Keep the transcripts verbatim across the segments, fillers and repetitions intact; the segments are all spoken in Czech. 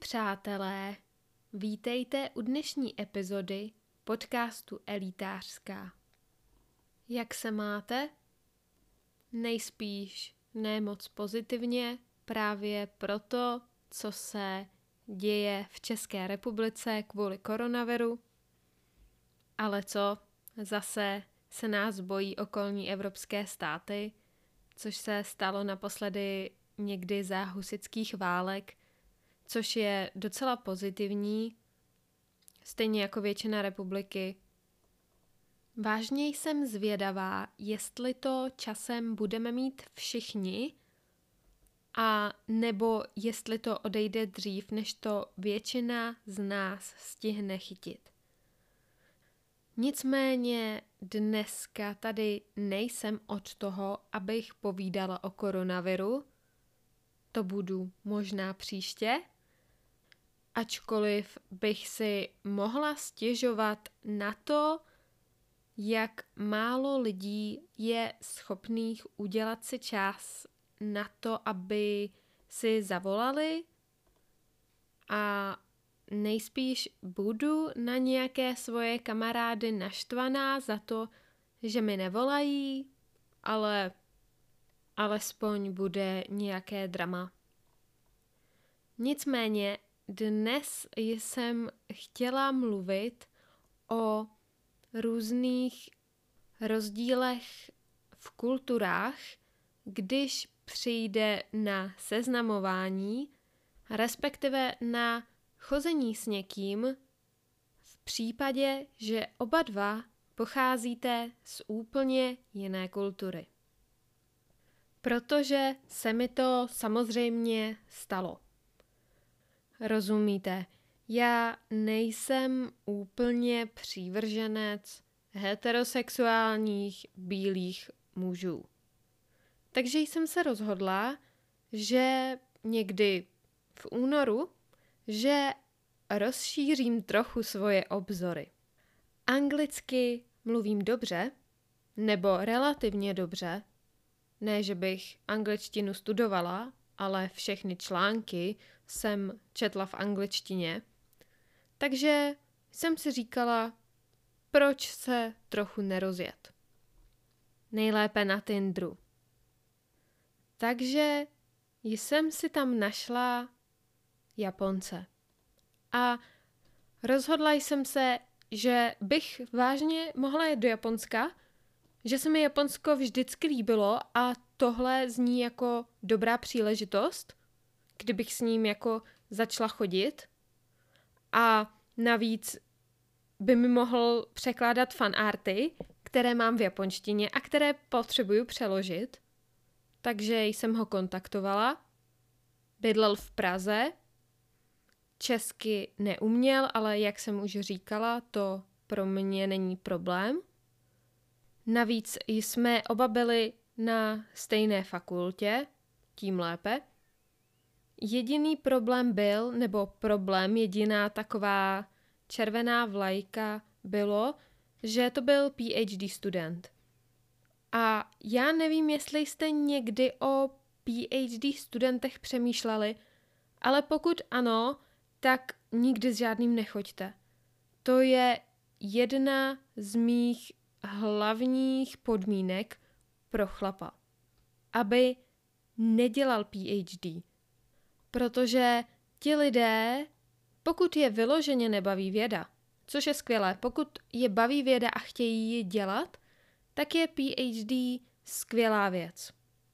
přátelé, vítejte u dnešní epizody podcastu Elitářská. Jak se máte? Nejspíš ne moc pozitivně, právě proto, co se děje v České republice kvůli koronaviru. Ale co, zase se nás bojí okolní evropské státy, což se stalo naposledy někdy za husitských válek, což je docela pozitivní, stejně jako většina republiky. Vážně jsem zvědavá, jestli to časem budeme mít všichni, a nebo jestli to odejde dřív, než to většina z nás stihne chytit. Nicméně dneska tady nejsem od toho, abych povídala o koronaviru. To budu možná příště, ačkoliv bych si mohla stěžovat na to, jak málo lidí je schopných udělat si čas na to, aby si zavolali, a nejspíš budu na nějaké svoje kamarády naštvaná za to, že mi nevolají, ale alespoň bude nějaké drama. Nicméně dnes jsem chtěla mluvit o různých rozdílech v kulturách, když přijde na seznamování, respektive na chození s někým v případě, že oba dva pocházíte z úplně jiné kultury. Protože se mi to samozřejmě stalo. Rozumíte, já nejsem úplně přívrženec heterosexuálních bílých mužů. Takže jsem se rozhodla, že někdy v únoru, že rozšířím trochu svoje obzory. Anglicky mluvím dobře, nebo relativně dobře, ne, že bych angličtinu studovala, ale všechny články jsem četla v angličtině. Takže jsem si říkala, proč se trochu nerozjet. Nejlépe na Tinderu. Takže jsem si tam našla Japonce. A rozhodla jsem se, že bych vážně mohla jet do Japonska, že se mi Japonsko vždycky líbilo a tohle zní jako dobrá příležitost, kdybych s ním jako začala chodit. A navíc by mi mohl překládat fanarty, které mám v japonštině a které potřebuju přeložit. Takže jsem ho kontaktovala. Bydlel v Praze. Česky neuměl, ale jak jsem už říkala, to pro mě není problém. Navíc jsme oba byli na stejné fakultě, tím lépe. Jediný problém byl, nebo problém, jediná taková červená vlajka bylo, že to byl PhD student. A já nevím, jestli jste někdy o PhD studentech přemýšleli, ale pokud ano, tak nikdy s žádným nechoďte. To je jedna z mých hlavních podmínek pro chlapa. Aby nedělal PhD. Protože ti lidé, pokud je vyloženě nebaví věda, což je skvělé, pokud je baví věda a chtějí ji dělat, tak je PhD skvělá věc.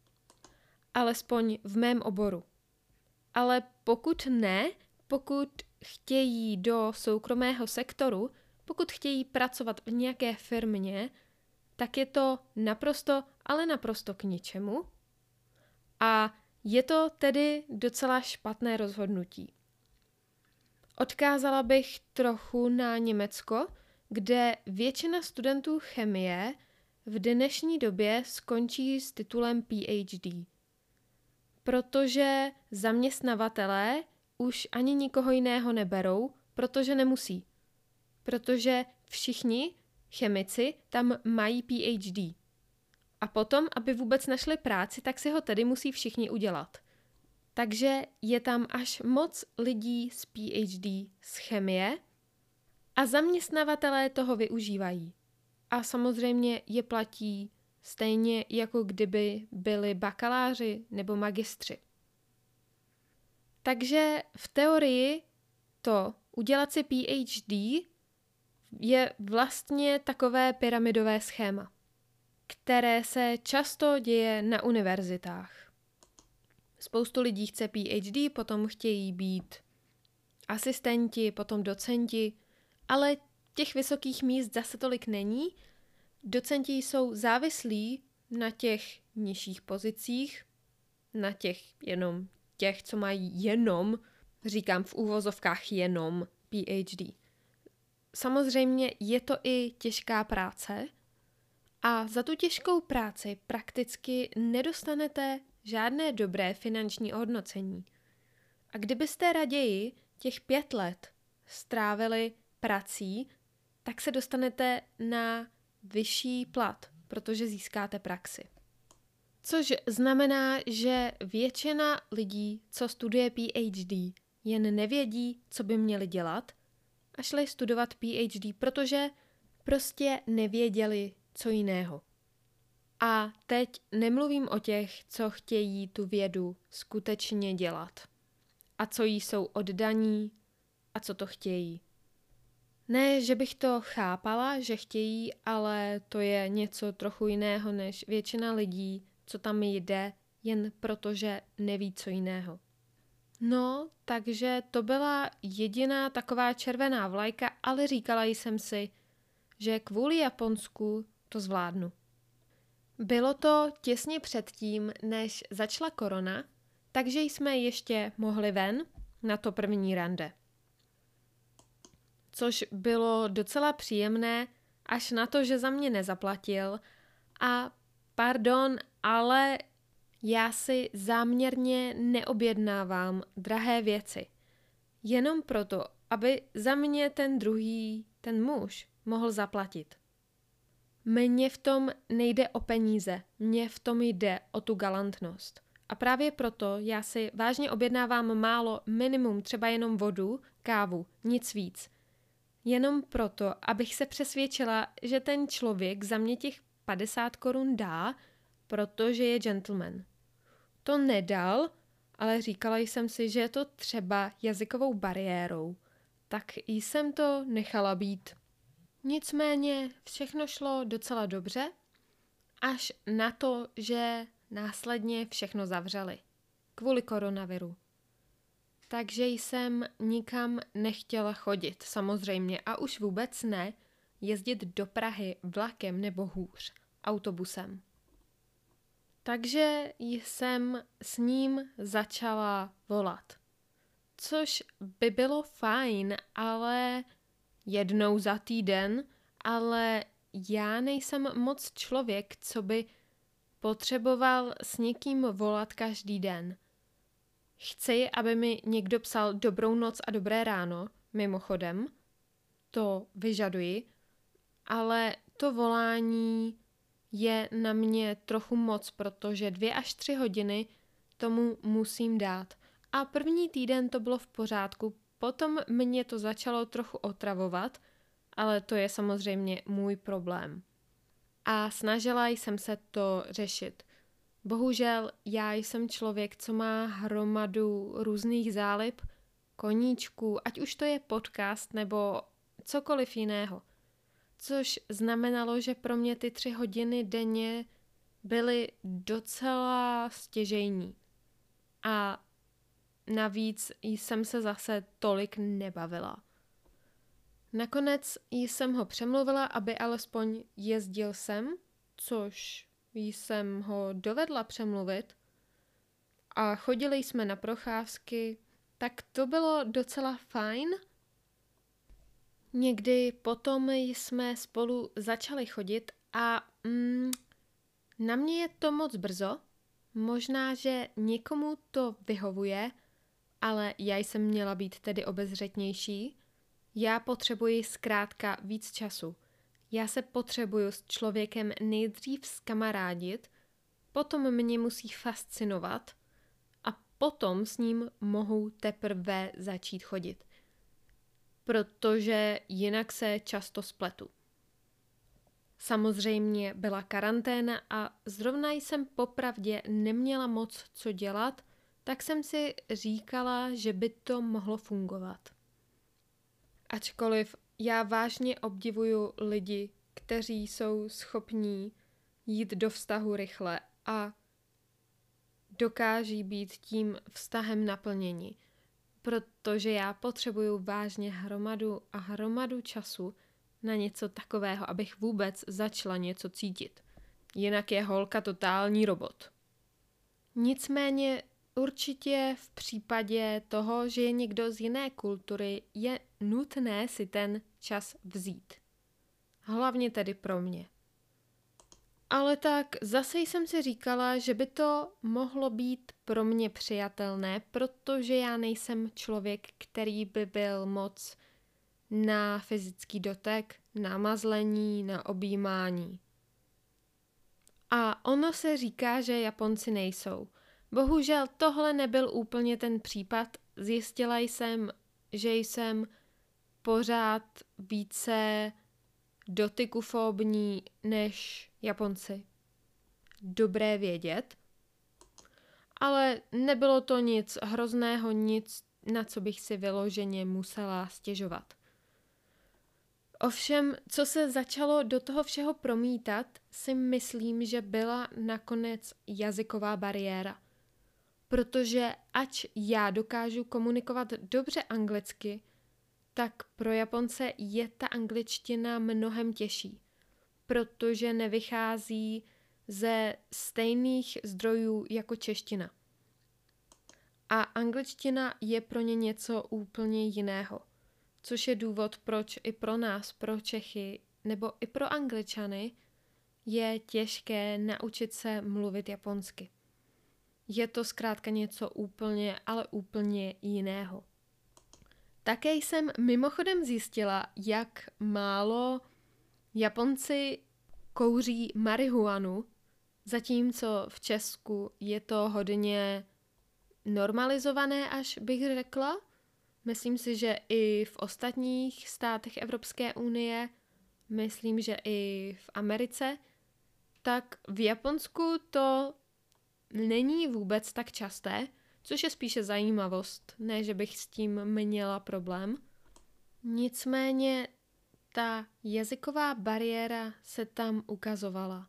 Alespoň v mém oboru. Ale pokud ne, pokud chtějí do soukromého sektoru, pokud chtějí pracovat v nějaké firmě, tak je to naprosto, ale naprosto k ničemu. A je to tedy docela špatné rozhodnutí. Odkázala bych trochu na Německo, kde většina studentů chemie v dnešní době skončí s titulem PhD. Protože zaměstnavatelé už ani nikoho jiného neberou, protože nemusí. Protože všichni chemici tam mají PhD. A potom, aby vůbec našli práci, tak si ho tedy musí všichni udělat. Takže je tam až moc lidí s P H D z chemie a zaměstnavatelé toho využívají. A samozřejmě je platí stejně, jako kdyby byli bakaláři nebo magistři. Takže v teorii to udělat si P H D je vlastně takové pyramidové schéma, které se často děje na univerzitách. Spoustu lidí chce P H D, potom chtějí být asistenti, potom docenti, ale těch vysokých míst zase tolik není. Docenti jsou závislí na těch nižších pozicích, na těch jenom těch, co mají jenom, říkám v úvozovkách jenom P H D. Samozřejmě je to i těžká práce a za tu těžkou práci prakticky nedostanete žádné dobré finanční ohodnocení. A kdybyste raději těch pět let strávili prací, tak se dostanete na vyšší plat, protože získáte praxi. Což znamená, že většina lidí, co studuje P H D, jen nevědí, co by měli dělat a šli studovat P H D, protože prostě nevěděli, co jiného. A teď nemluvím o těch, co chtějí tu vědu skutečně dělat a co jí jsou oddaní a co to chtějí. Ne, že bych to chápala, že chtějí, ale to je něco trochu jiného než většina lidí, co tam jde, jen protože neví co jiného. No, takže to byla jediná taková červená vlajka, ale říkala jsem si, že kvůli Japonsku to zvládnu. Bylo to těsně předtím, než začala korona, takže jsme ještě mohli ven na to první rande. Což bylo docela příjemné, až na to, že za mě nezaplatil. A pardon, ale já si záměrně neobjednávám drahé věci. Jenom proto, aby za mě ten druhý, ten muž, mohl zaplatit. Mně v tom nejde o peníze, mně v tom jde o tu galantnost. A právě proto já si vážně objednávám málo, minimum, třeba jenom vodu, kávu, nic víc. Jenom proto, abych se přesvědčila, že ten člověk za mě těch padesát korun dá, protože je gentleman. To nedal, ale říkala jsem si, že je to třeba jazykovou bariérou. Tak jsem to nechala být. Nicméně všechno šlo docela dobře, až na to, že následně všechno zavřeli. Kvůli koronaviru. Takže jsem nikam nechtěla chodit, samozřejmě, a už vůbec ne jezdit do Prahy vlakem nebo hůř, autobusem. Takže jsem s ním začala volat. Což by bylo fajn, ale jednou za týden, ale já nejsem moc člověk, co by potřeboval s někým volat každý den. Chci, aby mi někdo psal dobrou noc a dobré ráno, mimochodem, to vyžaduji, ale to volání je na mě trochu moc, protože dvě až tři hodiny tomu musím dát. A první týden to bylo v pořádku, potom mě to začalo trochu otravovat, ale to je samozřejmě můj problém. A snažila jsem se to řešit. Bohužel já jsem člověk, co má hromadu různých zálib, koníčků, ať už to je podcast nebo cokoliv jiného. Což znamenalo, že pro mě ty tři hodiny denně byly docela stěžejní. A navíc jsem se zase tolik nebavila. Nakonec jsem ho přemluvila, aby alespoň jezdil sem, což jsem ho dovedla přemluvit. A chodili jsme na procházky, tak to bylo docela fajn. Někdy potom jsme spolu začali chodit a mm, na mě je to moc brzo. Možná, že někomu to vyhovuje, ale já jsem měla být tedy obezřetnější. Já potřebuji zkrátka víc času. Já se potřebuju s člověkem nejdřív zkamarádit, potom mě musí fascinovat a potom s ním mohou teprve začít chodit. Protože jinak se často spletu. Samozřejmě byla karanténa a zrovna jsem popravdě neměla moc co dělat, tak jsem si říkala, že by to mohlo fungovat. Ačkoliv já vážně obdivuju lidi, kteří jsou schopní jít do vztahu rychle a dokáží být tím vztahem naplněni, protože já potřebuju vážně hromadu a hromadu času na něco takového, abych vůbec začala něco cítit. Jinak je holka totální robot. Nicméně určitě v případě toho, že je někdo z jiné kultury, je nutné si ten čas vzít. Hlavně tedy pro mě. Ale tak zase jsem si říkala, že by to mohlo být pro mě přijatelné, protože já nejsem člověk, který by byl moc na fyzický dotek, na mazlení, na objímání. A ono se říká, že Japonci nejsou. Bohužel tohle nebyl úplně ten případ. Zjistila jsem, že jsem pořád více dotykufobní než Japonci. Dobré vědět. Ale nebylo to nic hrozného, nic, na co bych si vyloženě musela stěžovat. Ovšem, co se začalo do toho všeho promítat, si myslím, že byla nakonec jazyková bariéra. Protože ač já dokážu komunikovat dobře anglicky, tak pro Japonce je ta angličtina mnohem těžší, protože nevychází ze stejných zdrojů jako čeština. A angličtina je pro ně něco úplně jiného, což je důvod, proč i pro nás, pro Čechy nebo i pro Angličany je těžké naučit se mluvit japonsky. Je to zkrátka něco úplně, ale úplně jiného. Také jsem mimochodem zjistila, jak málo Japonci kouří marihuanu, zatímco v Česku je to hodně normalizované, až bych řekla. Myslím si, že i v ostatních státech Evropské unie, myslím, že i v Americe, tak v Japonsku to není vůbec tak časté, což je spíše zajímavost, ne, že bych s tím měla problém. Nicméně ta jazyková bariéra se tam ukazovala.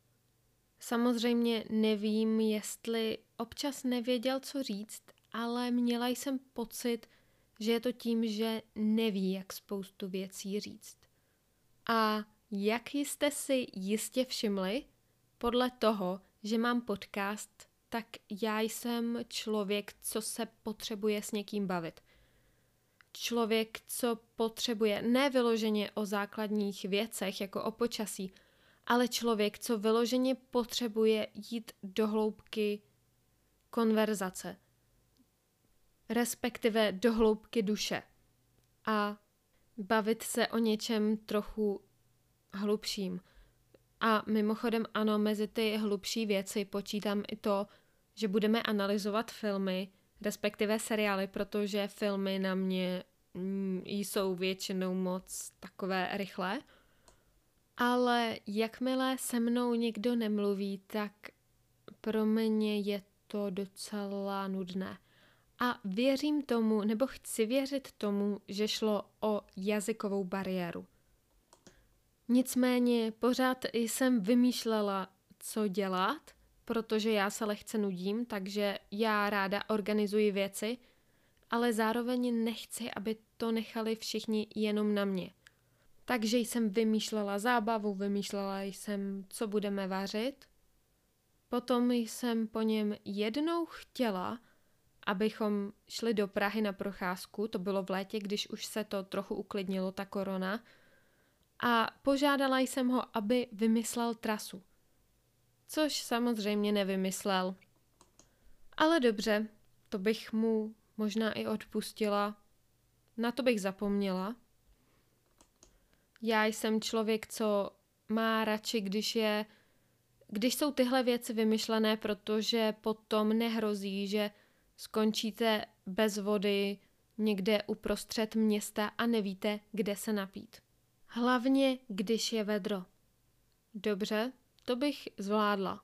Samozřejmě nevím, jestli občas nevěděl, co říct, ale měla jsem pocit, že je to tím, že neví, jak spoustu věcí říct. A jak jste si jistě všimli, podle toho, že mám podcast, tak já jsem člověk, co se potřebuje s někým bavit. Člověk, co potřebuje ne vyloženě o základních věcech, jako o počasí, ale člověk, co vyloženě potřebuje jít do hloubky konverzace, respektive do hloubky duše a bavit se o něčem trochu hlubším. A mimochodem ano, mezi ty hlubší věci počítám i to, že budeme analyzovat filmy, respektive seriály, protože filmy na mě mm, jsou většinou moc takové rychlé. Ale jakmile se mnou někdo nemluví, tak pro mě je to docela nudné. A věřím tomu, nebo chci věřit tomu, že šlo o jazykovou bariéru. Nicméně pořád jsem vymýšlela, co dělat, protože já se lehce nudím, takže já ráda organizuji věci, ale zároveň nechci, aby to nechali všichni jenom na mě. Takže jsem vymýšlela zábavu, vymýšlela jsem, co budeme vařit. Potom jsem po něm jednou chtěla, abychom šli do Prahy na procházku, to bylo v létě, když už se to trochu uklidnilo, ta korona, a požádala jsem ho, aby vymyslel trasu. Což samozřejmě nevymyslel. Ale dobře, to bych mu možná i odpustila. Na to bych zapomněla. Já jsem člověk, co má radši, když je, když jsou tyhle věci vymyšlené, protože potom nehrozí, že skončíte bez vody někde uprostřed města a nevíte, kde se napít. Hlavně, když je vedro. Dobře, to bych zvládla.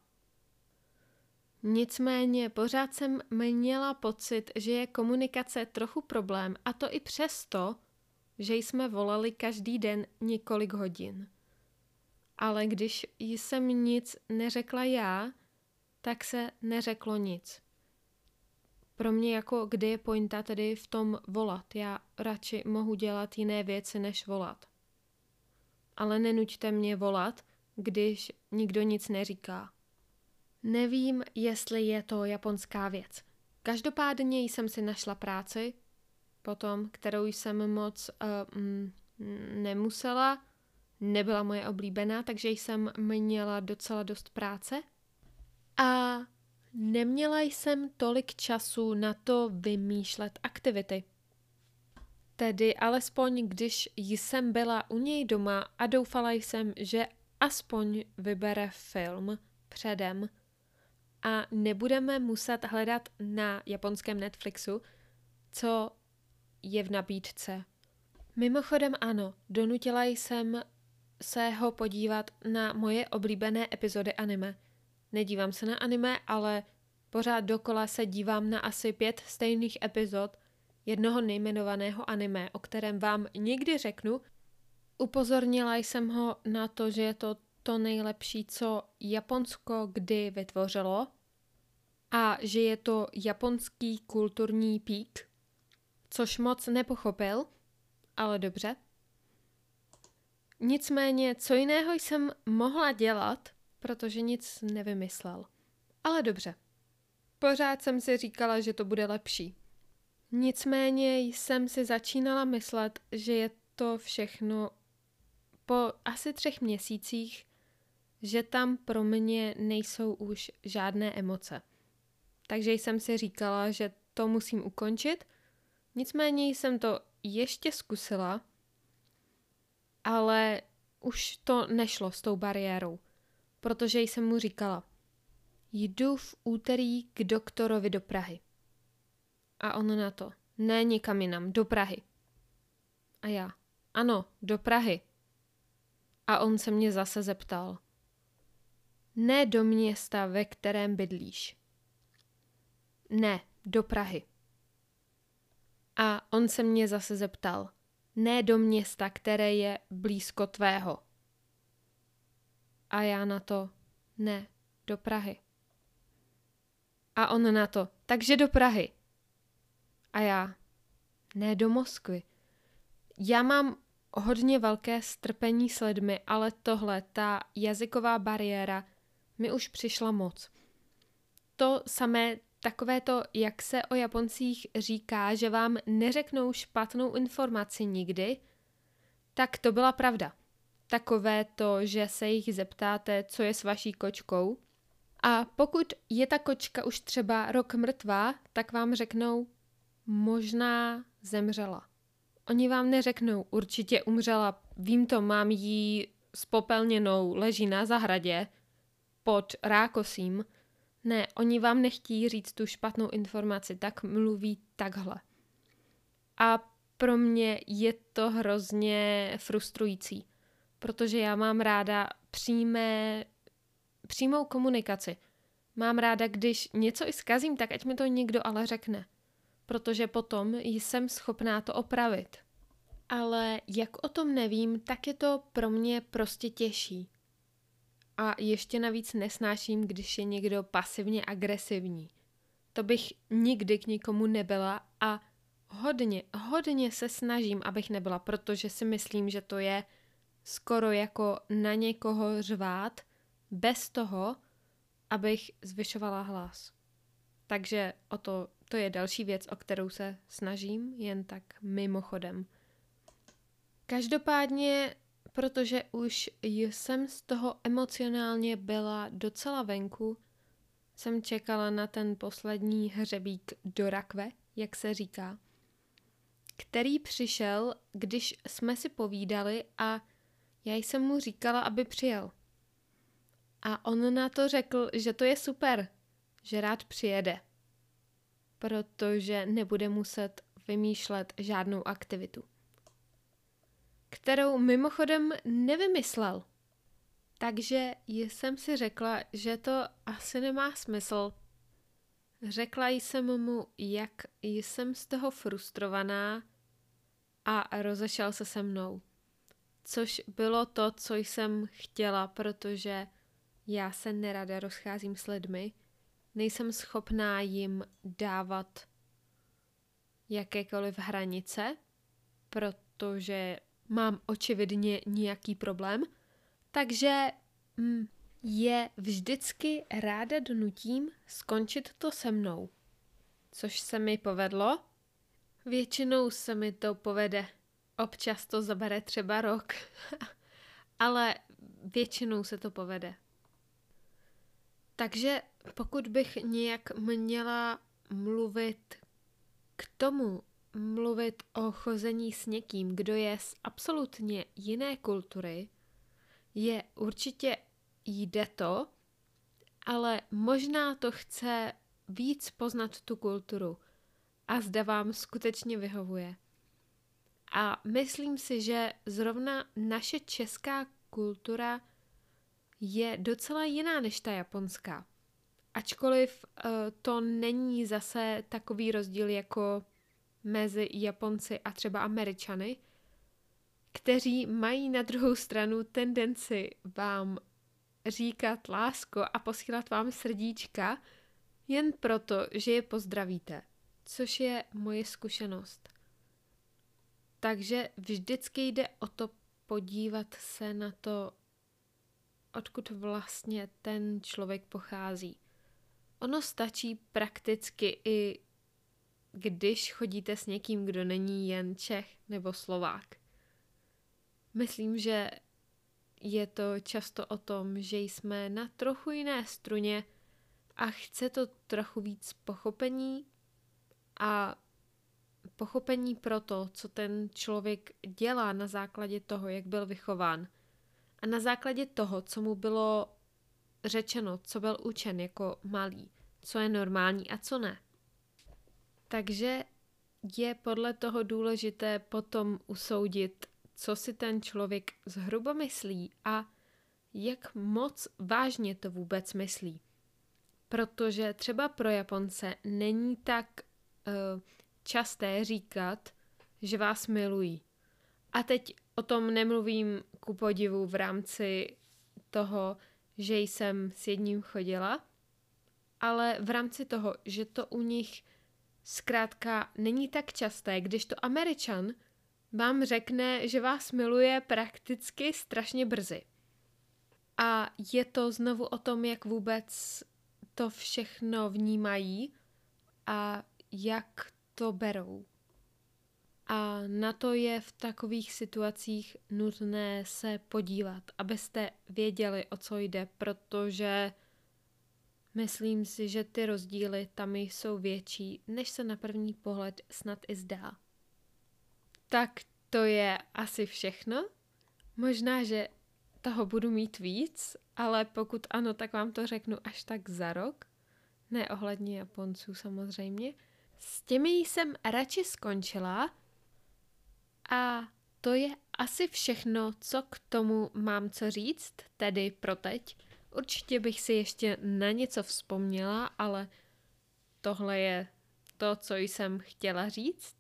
Nicméně pořád jsem měla pocit, že je komunikace trochu problém, a to i přesto, že jsme volali každý den několik hodin. Ale když jsem nic neřekla já, tak se neřeklo nic. Pro mě jako kde je pointa tedy v tom volat. Já radši mohu dělat jiné věci, než volat. Ale nenuďte mě volat, když nikdo nic neříká. Nevím, jestli je to japonská věc. Každopádně jsem si našla práci, potom, kterou jsem moc uh, mm, nemusela, nebyla moje oblíbená, takže jsem měla docela dost práce. A neměla jsem tolik času na to vymýšlet aktivity. Tedy alespoň, když jsem byla u něj doma a doufala jsem, že aspoň vybere film předem a nebudeme muset hledat na japonském Netflixu, co je v nabídce. Mimochodem ano, donutila jsem se ho podívat na moje oblíbené epizody anime. Nedívám se na anime, ale pořád dokola se dívám na asi pět stejných epizod jednoho nejmenovaného anime, o kterém vám někdy řeknu. Upozornila jsem ho na to, že je to to nejlepší, co Japonsko kdy vytvořilo a že je to japonský kulturní pík, což moc nepochopil, ale dobře. Nicméně, co jiného jsem mohla dělat, protože nic nevymyslel. Ale dobře. Pořád jsem si říkala, že to bude lepší. Nicméně jsem si začínala myslet, že je to všechno po asi třech měsících, že tam pro mě nejsou už žádné emoce. Takže jsem si říkala, že to musím ukončit. Nicméně jsem to ještě zkusila, ale už to nešlo s tou bariérou, protože jsem mu říkala, jdu v úterý k doktorovi do Prahy. A on na to, ne nikam jinam, do Prahy. A já, ano, do Prahy. A on se mě zase zeptal, ne do města, ve kterém bydlíš. Ne, do Prahy. A on se mě zase zeptal, ne do města, které je blízko tvého. A já na to, ne, do Prahy. A on na to, takže do Prahy. A já, ne do Moskvy. Já mám hodně velké strpení s lidmi, ale tohle, ta jazyková bariéra, mi už přišla moc. To samé, takové to, jak se o Japoncích říká, že vám neřeknou špatnou informaci nikdy, tak to byla pravda. Takové to, že se jich zeptáte, co je s vaší kočkou. A pokud je ta kočka už třeba rok mrtvá, tak vám řeknou, možná zemřela. Oni vám neřeknou, určitě umřela, vím to, mám jí spopelněnou, leží na zahradě, pod rákosím. Ne, oni vám nechtějí říct tu špatnou informaci, tak mluví takhle. A pro mě je to hrozně frustrující, protože já mám ráda přímé, přímou komunikaci. Mám ráda, když něco i zkazím, tak ať mi to někdo ale řekne, protože potom jsem schopná to opravit. Ale jak o tom nevím, tak je to pro mě prostě těžší. A ještě navíc nesnáším, když je někdo pasivně agresivní. To bych nikdy k nikomu nebyla a hodně, hodně se snažím, abych nebyla, protože si myslím, že to je skoro jako na někoho řvát bez toho, abych zvyšovala hlas. Takže o to, to je další věc, o kterou se snažím, jen tak mimochodem. Každopádně, protože už jsem z toho emocionálně byla docela venku, jsem čekala na ten poslední hřebík do rakve, jak se říká, který přišel, když jsme si povídali a já jsem mu říkala, aby přijel. A on na to řekl, že to je super, že rád přijede. protože nebude muset vymýšlet žádnou aktivitu, kterou mimochodem nevymyslel. Takže jsem si řekla, že to asi nemá smysl. Řekla jsem mu, jak jsem z toho frustrovaná a rozešel se se mnou. Což bylo to, co jsem chtěla, protože já se nerada rozcházím s lidmi. Nejsem schopná jim dávat jakékoliv hranice, protože mám očividně nějaký problém. Takže mm, je vždycky ráda donutím skončit to se mnou. Což se mi povedlo. Většinou se mi to povede. Občas to zabere třeba rok. Ale většinou se to povede. Takže pokud bych nějak měla mluvit k tomu, mluvit o chození s někým, kdo je z absolutně jiné kultury, je určitě jde to, ale možná to chce víc poznat tu kulturu a zda vám skutečně vyhovuje. A myslím si, že zrovna naše česká kultura je docela jiná než ta japonská. Ačkoliv uh, to není zase takový rozdíl jako mezi Japonci a třeba Američany, kteří mají na druhou stranu tendenci vám říkat lásko a posílat vám srdíčka jen proto, že je pozdravíte, což je moje zkušenost. Takže vždycky jde o to podívat se na to, odkud vlastně ten člověk pochází. Ono stačí prakticky i když chodíte s někým, kdo není jen Čech nebo Slovák. Myslím, že je to často o tom, že jsme na trochu jiné struně a chce to trochu víc pochopení a pochopení pro to, co ten člověk dělá na základě toho, jak byl vychován a na základě toho, co mu bylo řečeno, co byl učen jako malý, co je normální a co ne. Takže je podle toho důležité potom usoudit, co si ten člověk zhruba myslí a jak moc vážně to vůbec myslí. Protože třeba pro Japonce není tak uh, časté říkat, že vás milují. A teď o tom nemluvím ku podivu v rámci toho, že jsem s jedním chodila, ale v rámci toho, že to u nich zkrátka není tak časté, když to Američan vám řekne, že vás miluje prakticky strašně brzy. A je to znovu o tom, jak vůbec to všechno vnímají a jak to berou. A na to je v takových situacích nutné se podívat, abyste věděli, o co jde, protože myslím si, že ty rozdíly tam jsou větší, než se na první pohled snad i zdá. Tak to je asi všechno. Možná, že toho budu mít víc, ale pokud ano, tak vám to řeknu až tak za rok. Ne ohledně Japonců samozřejmě. S těmi jsem radši skončila a to je asi všechno, co k tomu mám co říct, tedy pro teď. Určitě bych si ještě na něco vzpomněla, ale tohle je to, co jsem chtěla říct.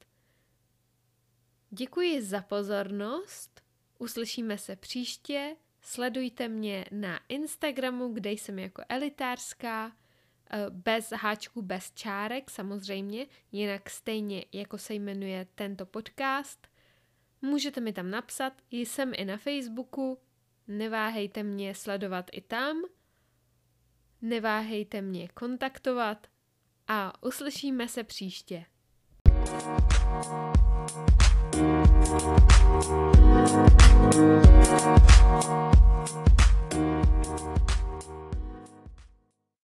Děkuji za pozornost, uslyšíme se příště, sledujte mě na Instagramu, kde jsem jako elitářská, bez háčků, bez čárek samozřejmě, jinak stejně jako se jmenuje tento podcast. Můžete mi tam napsat, jsem i na Facebooku, neváhejte mě sledovat i tam, neváhejte mě kontaktovat a uslyšíme se příště. Thank you.